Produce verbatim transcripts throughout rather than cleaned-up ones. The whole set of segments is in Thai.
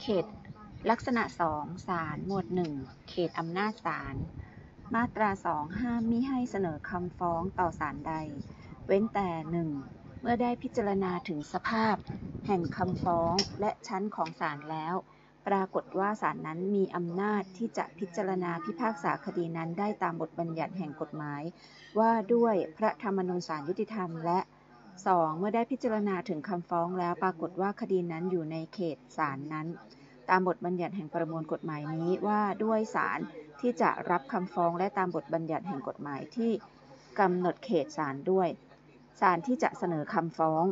เขตลักษณะสองศาลหมวดหนึ่งเขตอำนาจศาลมาตราสองห้ามมิให้เสนอคำฟ้องต่อศาลใดเว้นแต่หนึ่งเมื่อได้พิจารณาถึงสภาพแห่งคำฟ้องและชั้นของศาลแล้วปรากฏว่าศาลนั้นมีอำนาจที่จะพิจารณาพิพากษาคดีนั้นได้ตามบทบัญญัติแห่งกฎหมายว่าด้วยพระธรรมนูญศาลยุติธรรมและสองเมื่อได้พิจารณาถึงคำฟ้องแล้วปรากฏว่าคดีนั้นอยู่ในเขตศาลนั้นตามบทบัญญัติแห่งประมวลกฎหมายนี้ว่าด้วยศาลที่จะรับคำฟ้องและตามบทบัญญัติแห่งกฎหมายที่กำหนดเขตศาลด้วยศาลที่จะเสนอคำฟ้อง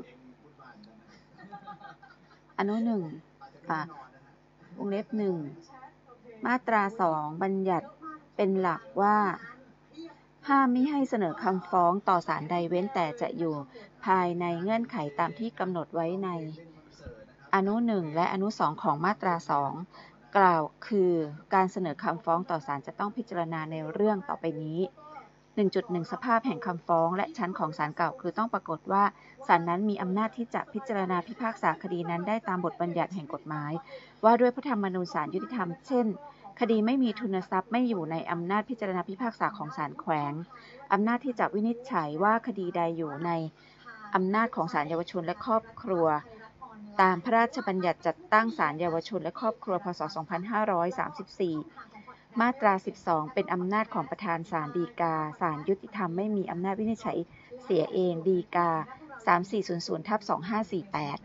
อนุหนึ่งค่ะวงเล็บหนึ่งมาตราสองบัญญัติเป็นหลักว่าห้ามมิให้เสนอคำฟ้องต่อศาลใดเว้นแต่จะอยู่ภายในเงื่อนไขตามที่กำหนดไว้ในอนุหนึ่งและอนุสองของมาตราสองกล่าวคือการเสนอคำฟ้องต่อศาลจะต้องพิจารณาในเรื่องต่อไปนี้ หนึ่งจุดหนึ่ง สภาพแห่งคำฟ้องและชั้นของศาลกล่าวคือต้องปรากฏว่าศาลนั้นมีอำนาจที่จะพิจารณาพิพากษาคดีนั้นได้ตามบทบัญญัติแห่งกฎหมายว่าด้วยพระธรรมนูญศาลยุติธรรมเช่นคดีไม่มีทุนทรัพย์ไม่อยู่ในอำนาจพิจารณาพิพากษาของศาลแขวงอำนาจที่จะวินิจฉัยว่าคดีใดอยู่ในอำนาจของศาลเยาวชนและครอบครัวตามพระราชบัญญัติจัดตั้งศาลเยาวชนและครอบครัวพ.ศ. สองพันห้าร้อยสามสิบสี่มาตราสิบสองเป็นอำนาจของประธานศาลฎีกาศาลยุติธรรมไม่มีอำนาจวินิจฉัยเสียเองฎีกา สามสี่ศูนย์ศูนย์ ทับ สองห้าสี่แปด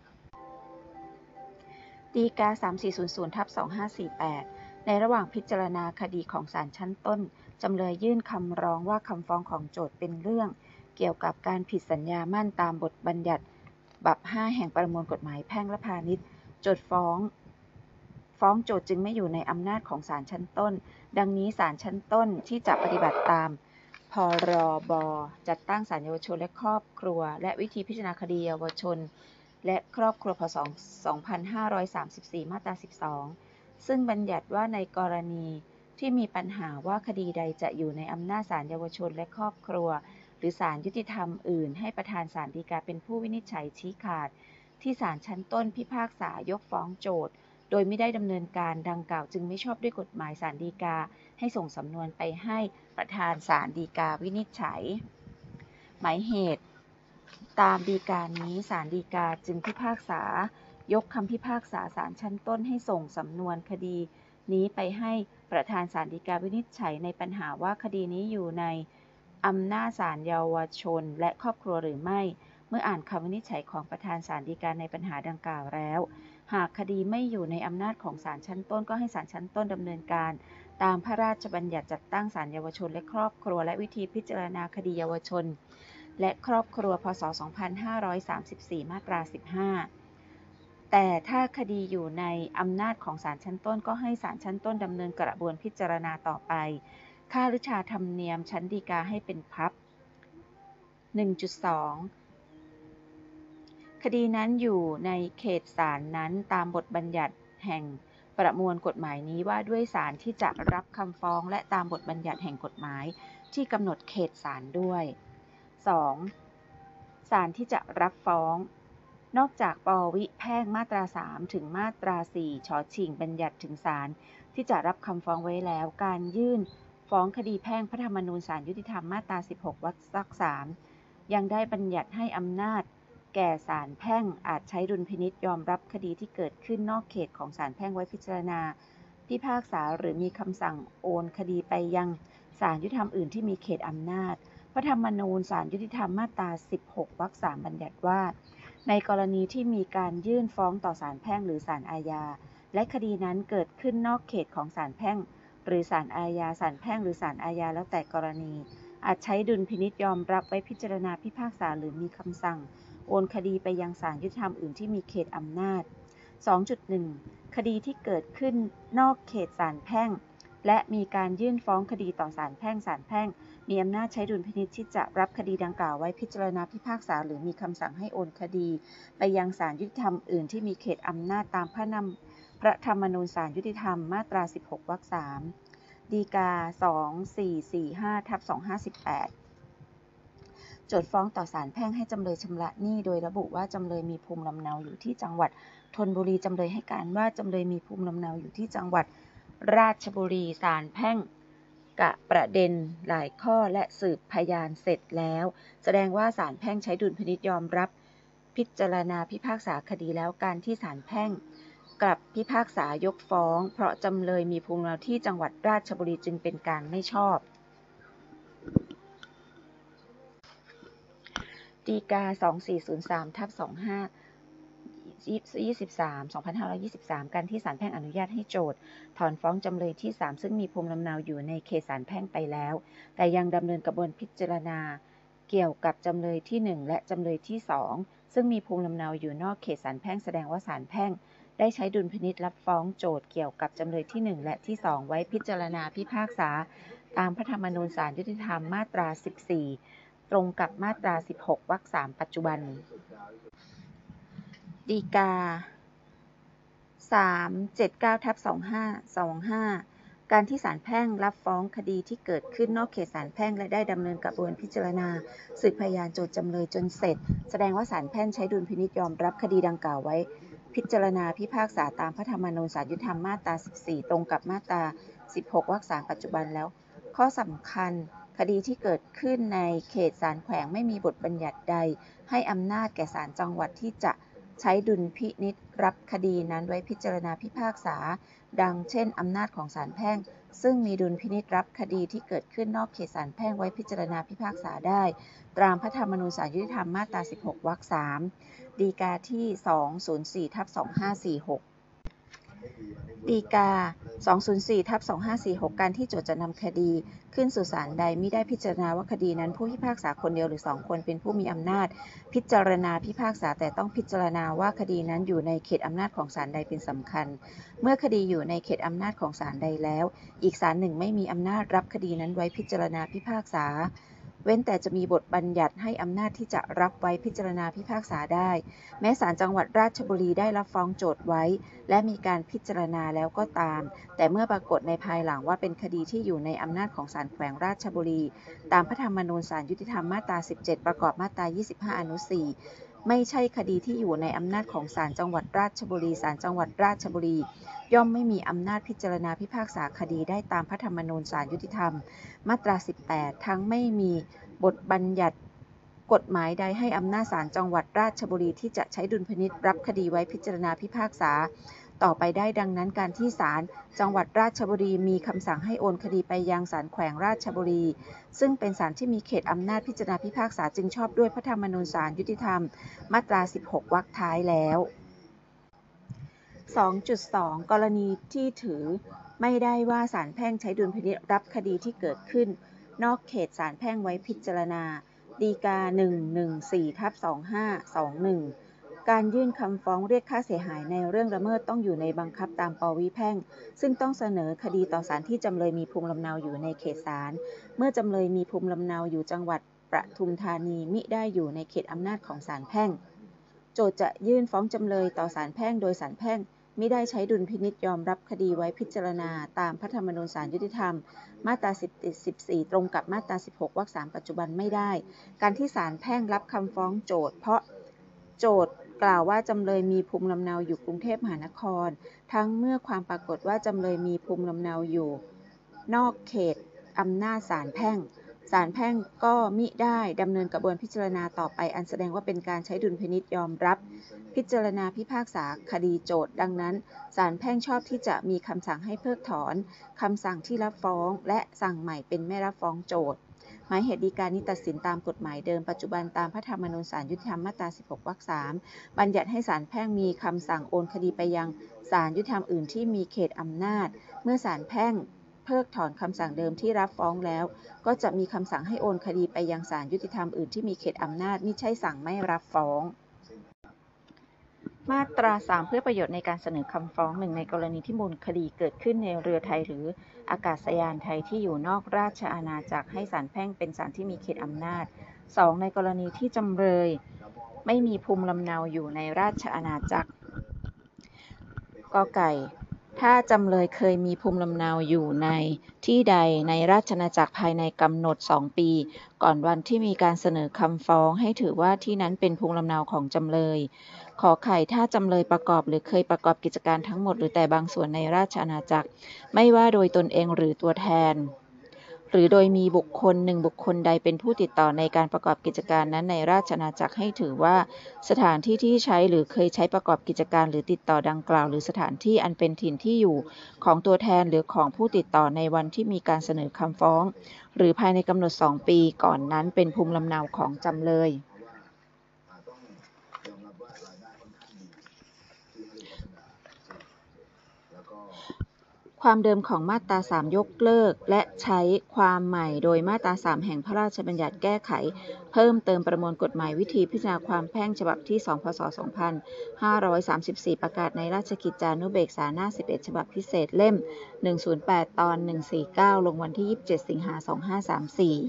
ฎีกา สามสี่ศูนย์ศูนย์ ทับ สองห้าสี่แปด ในระหว่างพิจารณาคดีของศาลชั้นต้นจำเลยยื่นคำร้องว่าคำฟ้องของโจทก์เป็นเรื่องเกี่ยวกับการผิดสัญญามั่นตามบทบัญญัติบัพห้าแห่งประมวลกฎหมายแพ่งและพาณิชย์โจทก์ฟ้องฟ้องโจทก์จึงไม่อยู่ในอำนาจของศาลชั้นต้นดังนี้ศาลชั้นต้นที่จะปฏิบัติตามพรบจัดตั้งศาลเยาวชนและครอบครัวและวิธีพิจารณาคดีเยาวชนและครอบครัวพ.ศ. สองพันห้าร้อยสามสิบสี่มาตราสิบสองซึ่งบัญญัติว่าในกรณีที่มีปัญหาว่าคดีใดจะอยู่ในอำนาจศาลเยาวชนและครอบครัวหรือศาลยุติธรรมอื่นให้ประธานศาลฎีกาเป็นผู้วินิจฉัยชี้ขาดที่ศาลชั้นต้นพิพากษายกฟ้องโจทก์โดยไม่ได้ดำเนินการดังกล่าวจึงไม่ชอบด้วยกฎหมายศาลฎีกาให้ส่งสำนวนไปให้ประธานศาลฎีกาวินิจฉัยหมายเหตุตามฎีกานี้ศาลฎีกาจึงพิพากษายกคำพิพากษาศาลชั้นต้นให้ส่งสำนวนคดีนี้ไปให้ประธานศาลฎีกาวินิจฉัยในปัญหาว่าคดีนี้อยู่ในอำนาจศาลเยาวชนและครอบครัวหรือไม่เมื่ออ่านคำวินิจฉัยของประธานศาลฎีกาในปัญหาดังกล่าวแล้วหากคดีไม่อยู่ในอำนาจของศาลชั้นต้นก็ให้ศาลชั้นต้นดำเนินการตามพระราชบัญญัติจัดตั้งศาลเยาวชนและครอบครัวและวิธีพิจารณาคดีเยาวชนและครอบครัวพ.ศ. สองพันห้าร้อยสามสิบสี่มาตราสิบห้าแต่ถ้าคดีอยู่ในอำนาจของศาลชั้นต้นก็ให้ศาลชั้นต้นดำเนินกระบวนพิจารณาต่อไปค่าฤชาธรรมเนียมชั้นฎีกาให้เป็นพับ หนึ่งจุดสอง คดีนั้นอยู่ในเขตศาลนั้นตามบทบัญญัติแห่งประมวลกฎหมายนี้ว่าด้วยศาลที่จะรับคำฟ้องและตามบทบัญญัติแห่งกฎหมายที่กำหนดเขตศาลด้วย สอง ศาลที่จะรับฟ้องนอกจากปวิแพ่งมาตราสามถึงมาตราสี่ช.ชิงบัญญัติถึงศาลที่จะรับคำฟ้องไว้แล้วการยื่นฟ้องคดีแพ่งพระธรรมนูญศาลยุติธรรมมาตราสิบหกวรรคสามยังได้บัญญัติให้อำนาจแก่ศาลแพ่งอาจใช้ดุลพินิจยอมรับคดีที่เกิดขึ้นนอกเขตของศาลแพ่งไว้พิจารณาพิพากษาหรือมีคำสั่งโอนคดีไปยังศาลยุติธรรมอื่นที่มีเขตอำนาจพระธรรมนูญศาลยุติธรรมมาตราสิบหกวรรคสามบัญญัติว่าในกรณีที่มีการยื่นฟ้องต่อศาลแพ่งหรือศาลอาญาและคดีนั้นเกิดขึ้นนอกเขตของศาลแพ่งหรือศาลอาญาศาลแพ่งหรือศาลอาญาแล้วแต่กรณีอาจใช้ดุลพินิจยอมรับไว้พิจารณาพิพากษาหรือมีคำสั่งโอนคดีไปยังศาลยุติธรรมอื่นที่มีเขตอำนาจ สองจุดหนึ่ง คดีที่เกิดขึ้นนอกเขตศาลแพ่งและมีการยื่นฟ้องคดีต่อศาลแพ่งศาลแพ่งมีอำนาจใช้ดุลพินิจที่จะรับคดีดังกล่าวไว้พิจารณาพิพากษาหรือมีคำสั่งให้โอนคดีไปยังศาลยุติธรรมอื่นที่มีเขตอำนาจตามพระนำพระธรรมนูญศาลยุติธรรมมาตราสิบหกวรรคสามฎีกา สองสี่สี่ห้า ทับ สองห้าสิบแปดโจทก์ฟ้องต่อศาลแพ่งให้จำเลยชำระหนี้โดยระบุว่าจำเลยมีภูมิลำเนาอยู่ที่จังหวัดธนบุรีจำเลยให้การว่าจำเลยมีภูมิลำเนาอยู่ที่จังหวัดราชบุรีศาลแพ่งกะประเด็นหลายข้อและสืบพยานเสร็จแล้วแสดงว่าศาลแพ่งใช้ดุลพินิจยอมรับพิจารณาพิพากษาคดีแล้วการที่ศาลแพ่งกลับพิพากษายกฟ้องเพราะจำเลยมีภูมิลำเนาที่จังหวัดราชบุรีจึงเป็นการไม่ชอบฎีกา สองสี่ศูนย์สาม ทับ สองห้า ยี่สิบสาม สองพันห้าร้อยยี่สิบสาม การที่ศาลแพ่งอนุญาตให้โจทก์ถอนฟ้องจำเลยที่ สามซึ่งมีภูมิลำเนาอยู่ในเขตศาลแพ่งไปแล้วแต่ยังดำเนินกระบวนพิจารณาเกี่ยวกับจำเลยที่ หนึ่งและจำเลยที่ สองซึ่งมีภูมิลำเนาอยู่นอกเขตศาลแพ่งแสดงว่าศาลแพ่งได้ใช้ดุลพินิจรับฟ้องโจทก์เกี่ยวกับจำเลยที่ หนึ่งและที่ สองไว้พิจารณาพิพากษาตามพระธรรมนูญศาลยุติธรรมมาตรา สิบสี่ ตรงกับมาตรา สิบหก วรรค สาม ปัจจุบันฎีกา สามเจ็ดเก้า ทับ สองห้าสองห้า การที่ศาลแพ่งรับฟ้องคดีที่เกิดขึ้นนอกเขตศาลแพ่งและได้ดำเนินกระบวนพิจารณาสืบพยานโจทก์จำเลยจนเสร็จแสดงว่าศาลแพ่งใช้ดุลพินิจยอมรับคดีดังกล่าวไว้พิจารณาพิพากษาตามพระธรรมนูญศาลยุติธรรมมาตรา สิบสี่ ตรงกับมาตรา สิบหก วรรค สาม ปัจจุบันแล้วข้อสำคัญคดีที่เกิดขึ้นในเขตศาลแขวงไม่มีบทบัญญัติใดให้อำนาจแก่ศาลจังหวัดที่จะใช้ดุลพินิจรับคดีนั้นไว้พิจารณาพิพากษาดังเช่นอำนาจของศาลแพ่งซึ่งมีดุลพินิจรับคดีที่เกิดขึ้นนอกเขตศาลแพ่งไว้พิจารณาพิพากษาได้ตามพระธรรมนูญศาลยุติธรรมมาตรา สิบหก วรรค สาม ฎีกาที่ สองศูนย์สี่ ทับ สองห้าสี่หก ฎีกา สองศูนย์สี่ ทับ สองห้าสี่หก การที่โจทก์จะนำคดีขึ้นสู่ศาลใดมิได้พิจารณาว่าคดีนั้นผู้พิพากษาคนเดียวหรือสองคนเป็นผู้มีอำนาจพิจารณาพิพากษาแต่ต้องพิจารณาว่าคดีนั้นอยู่ในเขตอำนาจของศาลใดเป็นสำคัญเมื่อคดีอยู่ในเขตอำนาจของศาลใดแล้วอีกศาลหนึ่งไม่มีอำนาจรับคดีนั้นไว้พิจารณาพิพากษาเว้นแต่จะมีบทบัญญัติให้อำนาจที่จะรับไว้พิจารณาพิพากษาได้แม้ศาลจังหวัดราชบุรีได้รับฟ้องโจทก์ไว้และมีการพิจารณาแล้วก็ตามแต่เมื่อปรากฏในภายหลังว่าเป็นคดีที่อยู่ในอำนาจของศาลแขวงราชบุรีตามพระธรรมนูญศาลยุติธรรมมาตรา สิบเจ็ด ประกอบมาตรา ยี่สิบห้า อนุ สี่ ไม่ใช่คดีที่อยู่ในอำนาจของศาลจังหวัดราชบุรีศาลจังหวัดราชบุรีย่อมไม่มีอำนาจพิจารณาพิพากษาคดีได้ตามพระธรรมนูญศาลยุติธรรมมาตรา สิบแปด ทั้งไม่มีบทบัญญัติกฎหมายใดให้อำนาจศาลจังหวัดราชบุรีที่จะใช้ดุลพินิจรับคดีไว้พิจารณาพิพากษาต่อไปได้ดังนั้นการที่ศาลจังหวัดราชบุรีมีคำสั่งให้โอนคดีไปยังศาลแขวงราชบุรีซึ่งเป็นศาลที่มีเขตอำนาจพิจารณาพิพากษาจึงชอบด้วยพระธรรมนูญศาลยุติธรรมมาตรา สิบหก วรรคท้ายแล้ว สองจุดสอง กรณีที่ถือไม่ได้ว่าศาลแพ่งใช้ดุลพินิจรับคดีที่เกิดขึ้นนอกเขตศาลแพ่งไว้พิจารณาฎีกา หนึ่งหนึ่งสี่ ทับ สองห้าสองหนึ่ง การยื่นคำฟ้องเรียกค่าเสียหายในเรื่องละเมิดต้องอยู่ในบังคับตามปวิแพ่งซึ่งต้องเสนอคดีต่อศาลที่จำเลยมีภูมิลำเนาอยู่ในเขตศาลเมื่อจำเลยมีภูมิลำเนาอยู่จังหวัดปทุมธานีมิได้อยู่ในเขตอำนาจของศาลแพ่งโจทก์จะยื่นฟ้องจำเลยต่อศาลแพ่งโดยศาลแพ่งมิได้ใช้ดุลพินิจยอมรับคดีไว้พิจารณาตามพระธรรมนูญศาลยุติธรรมมาตรา สิบสี่ ตรงกับมาตรา สิบหก วรรค สาม ปัจจุบันไม่ได้การที่ศาลแพ่งรับคำฟ้องโจทก์เพราะโจทก์กล่าวว่าจำเลยมีภูมิลำเนาอยู่กรุงเทพมหานครทั้งเมื่อความปรากฏว่าจำเลยมีภูมิลำเนาอยู่นอกเขตอำนาจศาลแพ่งศาลแพ่งก็มิได้ดำเนินกระบวนพิจารณาต่อไปอันแสดงว่าเป็นการใช้ดุลพินิจยอมรับพิจารณาพิพากษาคดีโจทก์ดังนั้นศาลแพ่งชอบที่จะมีคำสั่งให้เพิกถอนคำสั่งที่รับฟ้องและสั่งใหม่เป็นไม่รับฟ้องโจทก์หมายเหตุฎีกานี้ตัดสินตามกฎหมายเดิมปัจจุบันตามพระธรรมนูญศาลยุติธรรมมาตรา สิบหก วรรค สาม บัญญัติให้ศาลแพ่งมีคำสั่งโอนคดีไปยังศาลยุติธรรมอื่นที่มีเขตอำนาจเมื่อศาลแพ่งเพิกถอนคำสั่งเดิมที่รับฟ้องแล้วก็จะมีคำสั่งให้โอนคดีไปยังศาลยุติธรรมอื่นที่มีเขตอำนาจมิใช่สั่งไม่รับฟ้องมาตรา สาม เพื่อประโยชน์ในการเสนอคำฟ้องหนึ่งในกรณีที่มูลคดีเกิดขึ้นในเรือไทยหรืออากาศยานไทยที่อยู่นอกราชอาณาจักรให้ศาลแพ่งเป็นศาลที่มีเขตอำนาจ สอง ในกรณีที่จำเลยไม่มีภูมิลำเนาอยู่ในราชอาณาจักรกไก่ถ้าจำเลยเคยมีภูมิลำเนาอยู่ในที่ใดในราชอาณาจักรภายในกำหนดสองปีก่อนวันที่มีการเสนอคำฟ้องให้ถือว่าที่นั้นเป็นภูมิลำเนาของจำเลยขอไข่ถ้าจำเลยประกอบหรือเคยประกอบกิจการทั้งหมดหรือแต่บางส่วนในราชอาณาจักรไม่ว่าโดยตนเองหรือตัวแทนหรือโดยมีบุคคลหนึ่งบุคคลใดเป็นผู้ติดต่อในการประกอบกิจการนั้นในราชอาณาจักรให้ถือว่าสถานที่ที่ใช้หรือเคยใช้ประกอบกิจการหรือติดต่อดังกล่าวหรือสถานที่อันเป็นถิ่นที่อยู่ของตัวแทนหรือของผู้ติดต่อในวันที่มีการเสนอคำฟ้องหรือภายในกำหนดสองปีก่อนนั้นเป็นภูมิลำเนาของจำเลยความเดิมของมาตราสามยกเลิกและใช้ความใหม่โดยมาตราสามแห่งพระราชบัญญัติแก้ไขเพิ่มเติมประมวลกฎหมายวิธีพิจารณาความแพ่งฉบับที่สองพศสองพันห้าร้อยสามสิบสี่ประกาศในราชกิจจานุเบกษาหน้าสิบเอ็ดฉบับพิเศษเล่มหนึ่งศูนย์แปดตอนหนึ่งสี่เก้าลงวันที่ยี่สิบเจ็ดสิงหาคมสองพันห้าร้อยสามสิบสี่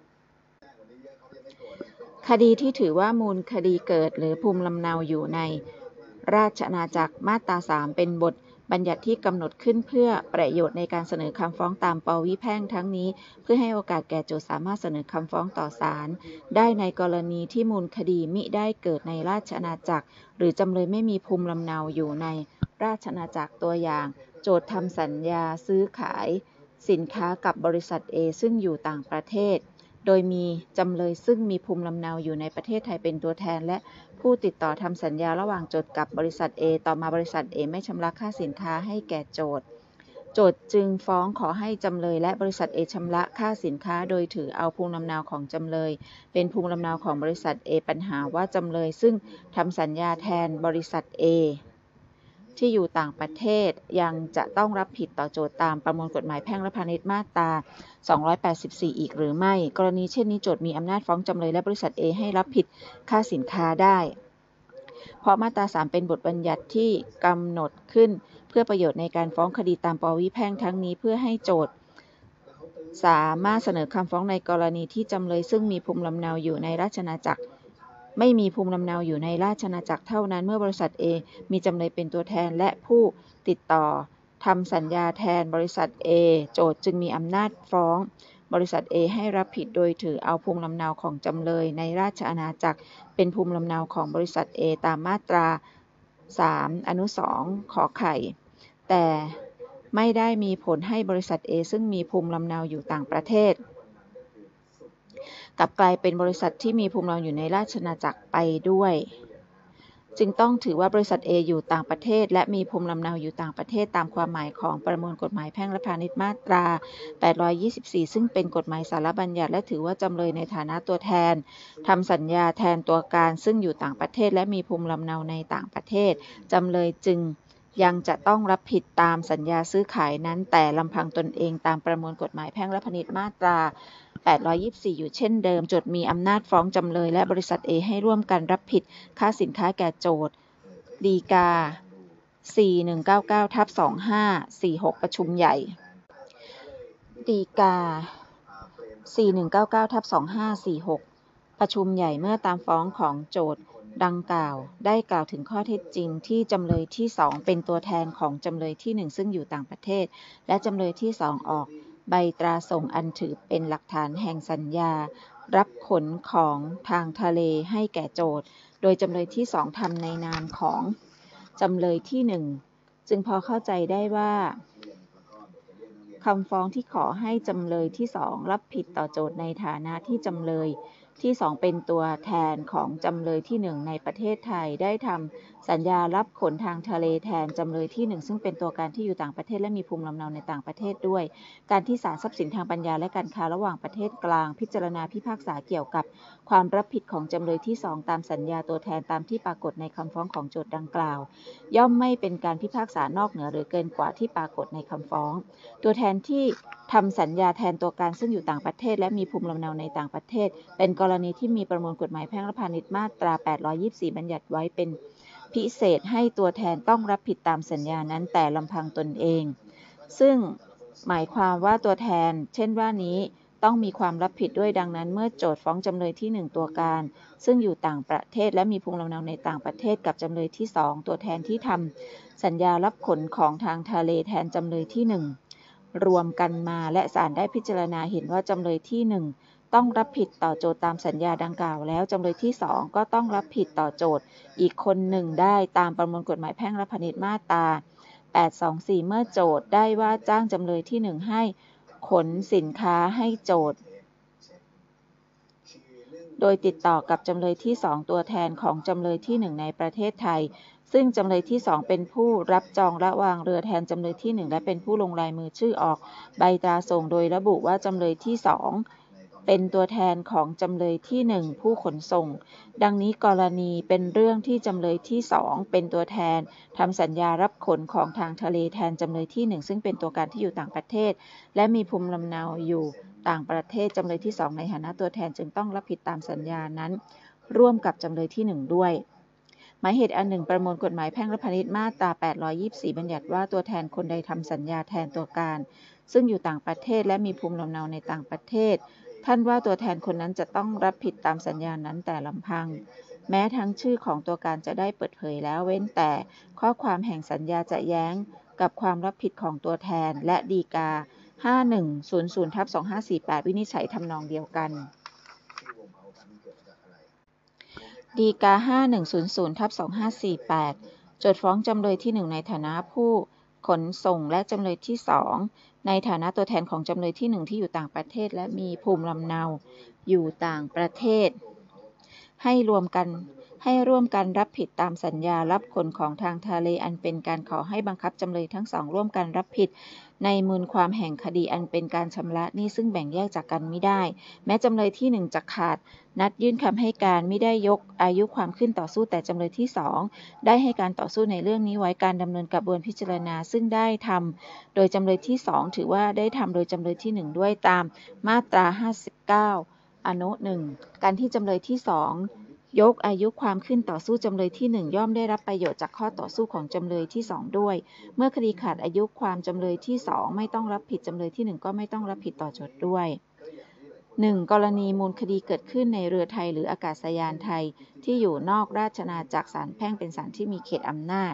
คดีที่ถือว่ามูลคดีเกิดหรือภูมิลำเนาอยู่ในราชอาณาจักรมาตราสามเป็นบทบัญญัติที่กำหนดขึ้นเพื่อประโยชน์ในการเสนอคำฟ้องตามปวิแพ่งทั้งนี้เพื่อให้โอกาสแก่โจทก์สามารถเสนอคำฟ้องต่อศาลได้ในกรณีที่มูลคดีมิได้เกิดในราชอาณาจักรหรือจำเลยไม่มีภูมิลำเนาอยู่ในราชอาณาจักรตัวอย่างโจทก์ทำสัญญาซื้อขายสินค้ากับบริษัท A ซึ่งอยู่ต่างประเทศโดยมีจำเลยซึ่งมีภูมิลำเนาอยู่ในประเทศไทยเป็นตัวแทนและผู้ติดต่อทำสัญญาระหว่างโจทก์กับบริษัท A ต่อมาบริษัท A ไม่ชำระค่าสินค้าให้แก่โจทก์โจทก์จึงฟ้องขอให้จำเลยและบริษัท A ชำระค่าสินค้าโดยถือเอาภูมิลำเนาของจำเลยเป็นภูมิลำเนาของบริษัท A ปัญหาว่าจำเลยซึ่งทำสัญญาแทนบริษัท Aที่อยู่ต่างประเทศยังจะต้องรับผิดต่อโจทก์ตามประมวลกฎหมายแพ่งและพาณิชย์มาตราสองร้อยแปดสิบสี่อีกหรือไม่กรณีเช่นนี้โจทก์มีอำนาจฟ้องจำเลยและบริษัท A ให้รับผิดค่าสินค้าได้เพราะมาตราสามเป็นบทบัญญัติที่กำหนดขึ้นเพื่อประโยชน์ในการฟ้องคดีตามปวิแพ่งทั้งนี้เพื่อให้โจทก์สามารถเสนอคำฟ้องในกรณีที่จำเลยซึ่งมีภูมิลำเนาอยู่ในราชอาณาจักรไม่มีภูมิลำเนาอยู่ในราชอาณาจักรเท่านั้นเมื่อบริษัท A มีจำเลยเป็นตัวแทนและผู้ติดต่อทำสัญญาแทนบริษัท A โจทก์จึงมีอำนาจฟ้องบริษัท A ให้รับผิดโดยถือเอาภูมิลำเนาของจำเลยในราชอาณาจักรเป็นภูมิลำเนาของบริษัท A ตามมาตราสามอนุสองขอไข่แต่ไม่ได้มีผลให้บริษัท A ซึ่งมีภูมิลำเนาอยู่ต่างประเทศกลับกลายเป็นบริษัทที่มีภูมิลำเนาอยู่ในราชอาณาจักรไปด้วยจึงต้องถือว่าบริษัท A อยู่ต่างประเทศและมีภูมิลำเนาอยู่ต่างประเทศตามความหมายของประมวลกฎหมายแพ่งและพาณิชย์มาตราแปดร้อยยี่สิบสี่ซึ่งเป็นกฎหมายสารบัญญัติและถือว่าจำเลยในฐานะตัวแทนทำสัญญาแทนตัวการซึ่งอยู่ต่างประเทศและมีภูมิลำเนาในต่างประเทศจำเลยจึงยังจะต้องรับผิดตามสัญญาซื้อขายนั้นแต่ลำพังตนเองตามประมวลกฎหมายแพ่งและพาณิชย์มาตราแปดร้อยยี่สิบสี่อยู่เช่นเดิมโจทก์มีอำนาจฟ้องจำเลยและบริษัท A ให้ร่วมกันรับผิดค่าสินค้าแก่โจทก์ฎีกา สี่หนึ่งเก้าเก้าทับสองห้าสี่หก ประชุมใหญ่ฎีกา สี่หนึ่งเก้าเก้าทับสองห้าสี่หก ประชุมใหญ่เมื่อตามฟ้องของโจทก์ดังกล่าวได้กล่าวถึงข้อเท็จจริงที่จำเลยที่สองเป็นตัวแทนของจำเลยที่หนึ่งซึ่งอยู่ต่างประเทศและจำเลยที่สองออกใบตราส่งอันถือเป็นหลักฐานแห่งสัญญารับขนของทางทะเลให้แก่โจทก์โดยจำเลยที่สองทำในนามของจำเลยที่หนึ่งจึงพอเข้าใจได้ว่าคำฟ้องที่ขอให้จำเลยที่สองรับผิดต่อโจทก์ในฐานะที่จำเลยที่สองเป็นตัวแทนของจำเลยที่หนึ่งในประเทศไทยได้ทำสัญญารับขนทางทะเลแทนจำเลยที่หนึ่งซึ่งเป็นตัวการที่อยู่ต่างประเทศและมีภูมิลำเนาในต่างประเทศด้วยการที่ศาลทรัพย์สินทางปัญญาและการค้าระหว่างประเทศกลางพิจารณาพิพากษาเกี่ยวกับความรับผิดของจำเลยที่สองตามสัญญาตัวแทนตามที่ปรากฏในคำฟ้องของโจทก์ดังกล่าวย่อมไม่เป็นการพิพากษานอกเหนือหรือเกินกว่าที่ปรากฏในคำฟ้องตัวแทนที่ทำสัญญาแทนตัวการซึ่งอยู่ต่างประเทศและมีภูมิลำเนาในต่างประเทศเป็นกรณีที่มีประมวลกฎหมายแพ่งและพาณิชย์มาตราแปดร้อยยี่สิบสี่บัญญัติไว้เป็นพิเศษให้ตัวแทนต้องรับผิดตามสัญญานั้นแต่ลำพังตนเองซึ่งหมายความว่าตัวแทนเช่นว่านี้ต้องมีความรับผิดด้วยดังนั้นเมื่อโจทก์ฟ้องจำเลยที่หนึ่งตัวการซึ่งอยู่ต่างประเทศและมีภูมิลำเนาในต่างประเทศกับจำเลยที่สองตัวแทนที่ทำสัญญารับขนของทางทะเลแทนจำเลยที่หนึ่งรวมกันมาและศาลได้พิจารณาเห็นว่าจำเลยที่หนึ่งต้องรับผิดต่อโจทก์ตามสัญญาดังกล่าวแล้วจำเลยที่สองก็ต้องรับผิดต่อโจทก์อีกคนหนึ่งได้ตามประมวลกฎหมายแพ่งและพาณิชย์มาตราแปดสองสี่เมื่อโจทก์ได้ว่าจ้างจำเลยที่หนึ่งให้ขนสินค้าให้โจทก์โดยติดต่อกับจำเลยที่สองตัวแทนของจำเลยที่หนึ่งในประเทศไทยซึ่งจำเลยที่สองเป็นผู้รับจองและวางเรือแทนจำเลยที่หนึ่งและเป็นผู้ลงลายมือชื่อออกใบตราส่งโดยระบุว่าจำเลยที่สองเป็นตัวแทนของจำเลยที่หนึ่งผู้ขนส่งดังนี้กรณีเป็นเรื่องที่จำเลยที่สองเป็นตัวแทนทำสัญญารับขนของทางทะเลแทนจำเลยที่หนึ่งซึ่งเป็นตัวการที่อยู่ต่างประเทศและมีภูมิลำเนาอยู่ต่างประเทศจำเลยที่สองในฐานะตัวแทนจึงต้องรับผิดตามสัญญานั้นร่วมกับจำเลยที่หนึ่งด้วยหมายเหตุอันหนึ่งประมวลกฎหมายแพ่งและพาณิชย์มาตราแปดร้อยยี่สิบสี่บัญญัติว่าตัวแทนคนใดทำสัญญาแทนตัวการซึ่งอยู่ต่างประเทศและมีภูมิลำเนาในต่างประเทศท่านว่าตัวแทนคนนั้นจะต้องรับผิดตามสัญญานั้นแต่ลำพังแม้ทั้งชื่อของตัวการจะได้เปิดเผยแล้วเว้นแต่ข้อความแห่งสัญญาจะแย้งกับความรับผิดของตัวแทนและฎีกา ห้าหนึ่งศูนย์ศูนย์ทับสองห้าสี่แปด วินิจฉัยทำนองเดียวกันฎีกา ห้าหนึ่งศูนย์ศูนย์ทับสองห้าสี่แปด โจทก์ฟ้องจำเลยที่หนึ่งในฐานะผู้ขนส่งและจำเลยที่สองในฐานะตัวแทนของจำเลยที่หนึ่งที่อยู่ต่างประเทศและมีภูมิลำเนาอยู่ต่างประเทศให้รวมกันให้ร่วมกันรับผิดตามสัญญารับขนของทางทะเลอันเป็นการขอให้บังคับจำเลยทั้งสองร่วมกันรับผิดในมูลความแห่งคดีอันเป็นการชำระหนี้ซึ่งแบ่งแยกจากกันไม่ได้แม้จำเลยที่หนึ่งจะขาดนัดยื่นคำให้การไม่ได้ยกอายุความขึ้นต่อสู้แต่จำเลยที่สองได้ให้การต่อสู้ในเรื่องนี้ไว้การดำเนินกระบวนพิจารณาซึ่งได้ทำโดยจำเลยที่สองถือว่าได้ทำโดยจำเลยที่หนึ่งด้วยตามมาตราห้าสิบเก้าอนุหนึ่งการที่จำเลยที่สองยกอายุความขึ้นต่อสู้จำเลยที่หนึ่งย่อมได้รับประโยชน์จากข้อต่อสู้ของจำเลยที่สองด้วยเมื่อคดีขาดอายุความจำเลยที่สองไม่ต้องรับผิดจำเลยที่หนึ่งก็ไม่ต้องรับผิดต่อโจทก์ด้วย หนึ่ง กรณีมูลคดีเกิดขึ้นในเรือไทยหรืออากาศยานไทยที่อยู่นอกราชอาณาจักรศาลแพ่งเป็นศาลที่มีเขตอำนาจ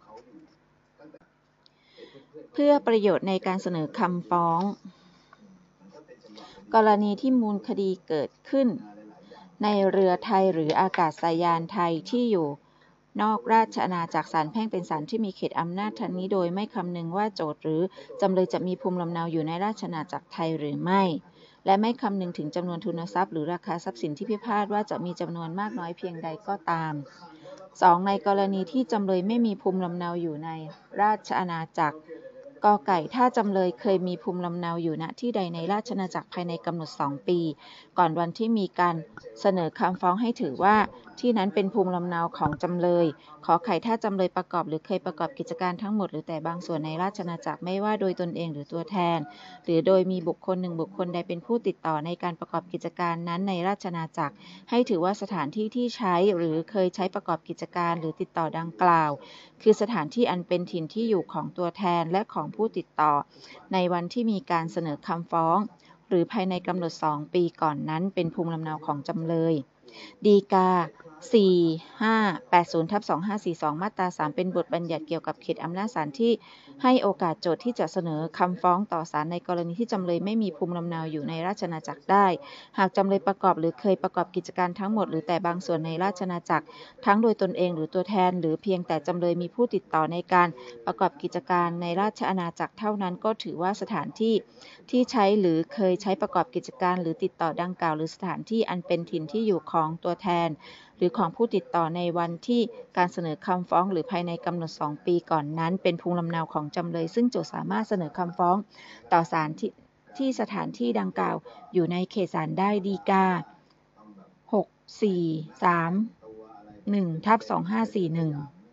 เพื่อประโยชน์ในการเสนอคำฟ้องกรณีที่มูลคดีเกิดขึ้นในเรือไทยหรืออากาศยานไทยที่อยู่นอกราชอาณาจักรศาลแพ่งเป็นศาลที่มีเขตอำนาจทั้งนี้โดยไม่คำนึงว่าโจทก์หรือจำเลยจะมีภูมิลำเนาอยู่ในราชอาณาจักรไทยหรือไม่และไม่คำนึงถึงจำนวนทุนทรัพย์หรือราคาทรัพย์สินที่พิพาทว่าจะมีจำนวนมากน้อยเพียงใดก็ตาม สอง ในกรณีที่จำเลยไม่มีภูมิลำเนาอยู่ในราชอาณาจักรกอไก่ถ้าจำเลยเคยมีภูมิลำเนาอยู่ณที่ใดในราชอาณาจักรภายในกำหนดสองปีก่อนวันที่มีการเสนอคำฟ้องให้ถือว่าที่นั้นเป็นภูมิลำเนาของจำเลยขอไข่ถ้าจำเลยประกอบหรือเคยประกอบกิจการทั้งหมดหรือแต่บางส่วนในราชอาณาจักรไม่ว่าโดยตนเองหรือตัวแทนหรือโดยมีบุคคลหนึ่งบุคคลใดเป็นผู้ติดต่อในการประกอบกิจการนั้นในราชอาณาจักรให้ถือว่าสถานที่ที่ใช้หรือเคยใช้ประกอบกิจการหรือติดต่อดังกล่าวคือสถานที่อันเป็นถิ่นที่อยู่ของตัวแทนและของผู้ติดต่อในวันที่มีการเสนอคำฟ้องหรือภายในกำหนดสองปีก่อนนั้นเป็นภูมิลำเนาของจำเลยฎีกา สี่ ห้า แปดศูนย์ ทับ สองห้าสี่สอง มาตราสามเป็นบทบัญญัติเกี่ยวกับเขตอำนาจศาลที่ให้โอกาสโจทก์ที่จะเสนอคำฟ้องต่อศาลในกรณีที่จำเลยไม่มีภูมิลำเนาอยู่ในราชอาณาจักรได้หากจำเลยประกอบหรือเคยประกอบกิจการทั้งหมดหรือแต่บางส่วนในราชอาณาจักรทั้งโดยตนเองหรือตัวแทนหรือเพียงแต่จำเลยมีผู้ติดต่อในการประกอบกิจการในราชอาณาจักรเท่านั้นก็ถือว่าสถานที่ที่ใช้หรือเคยใช้ประกอบกิจการหรือติดต่อดังกล่าวหรือสถานที่อันเป็นถิ่นที่อยู่ของตัวแทนหรือของผู้ติดต่อในวันที่การเสนอคำฟ้องหรือภายในกำหนดสองปีก่อนนั้นเป็นภูมิลำเนาของจำเลยซึ่งโจทก์สามารถเสนอคำฟ้องต่อศาลที่ที่สถานที่ดังกล่าวอยู่ในเขตศาลได้ฎีกา หก สี่ สาม หนึ่ง ทับ สองห้าสี่หนึ่ง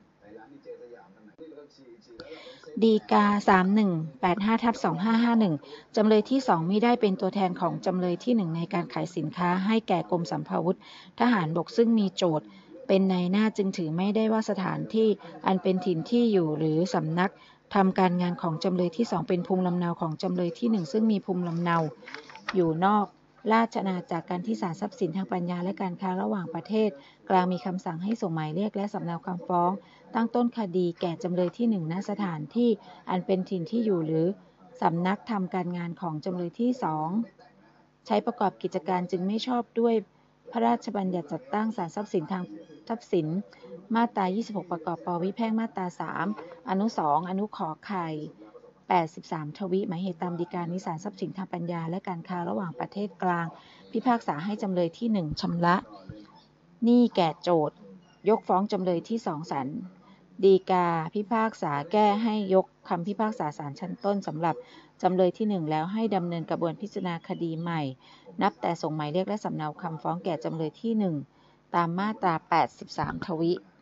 ฎีกา สาม หนึ่ง แปด ห้า ทับ สองห้าห้าหนึ่ง จำเลยที่สองมิได้เป็นตัวแทนของจำเลยที่หนึ่งในการขายสินค้าให้แก่กรมสรรพาวุธทหารบกซึ่งมีโจทก์เป็นนายหน้าจึงถือไม่ได้ว่าสถานที่อันเป็นถิ่นที่อยู่หรือสำนักทำการงานของจำเลยที่สองเป็นภูมิลำเนาของจำเลยที่หนึ่งซึ่งมีภูมิลำเนาอยู่นอกราชอาณาจักรการที่ศาลทรัพย์สินทางปัญญาและการค้าระหว่างประเทศกลางมีคำสั่งให้ส่งหมายเรียกและสำเนาคำฟ้องตั้งต้นคดีแก่จำเลยที่หนึ่งณสถานที่อันเป็นถิ่นที่อยู่หรือสำนักทำการงานของจำเลยที่สองใช้ประกอบกิจการจึงไม่ชอบด้วยพระราชบัญญัติจัดตั้งศาลทรัพย์สินทางทรัพย์สินมาตรายี่สิบหกประกอบปวิแพ่งมาตราสามอนุสองอนุขอไข่แปดสิบสามทวิหมายเหตุตามฎีกานิสารทรัพย์สินทางปัญญาและการค้าระหว่างประเทศกลางพิพากษาให้จำเลยที่หนึ่งชำระหนี้แก่โจทก์ยกฟ้องจำเลยที่สองศาลฎีกาพิพากษาแก้ให้ยกคำพิพากษาศาลชั้นต้นสำหรับจำเลยที่หนึ่งแล้วให้ดำเนินกระบวนพิจารณาคดีใหม่นับแต่ส่งหมายเรียกและสำเนาคำฟ้องแก่จำเลยที่หนึ่งตามมาตราแปดสิบสามทวิ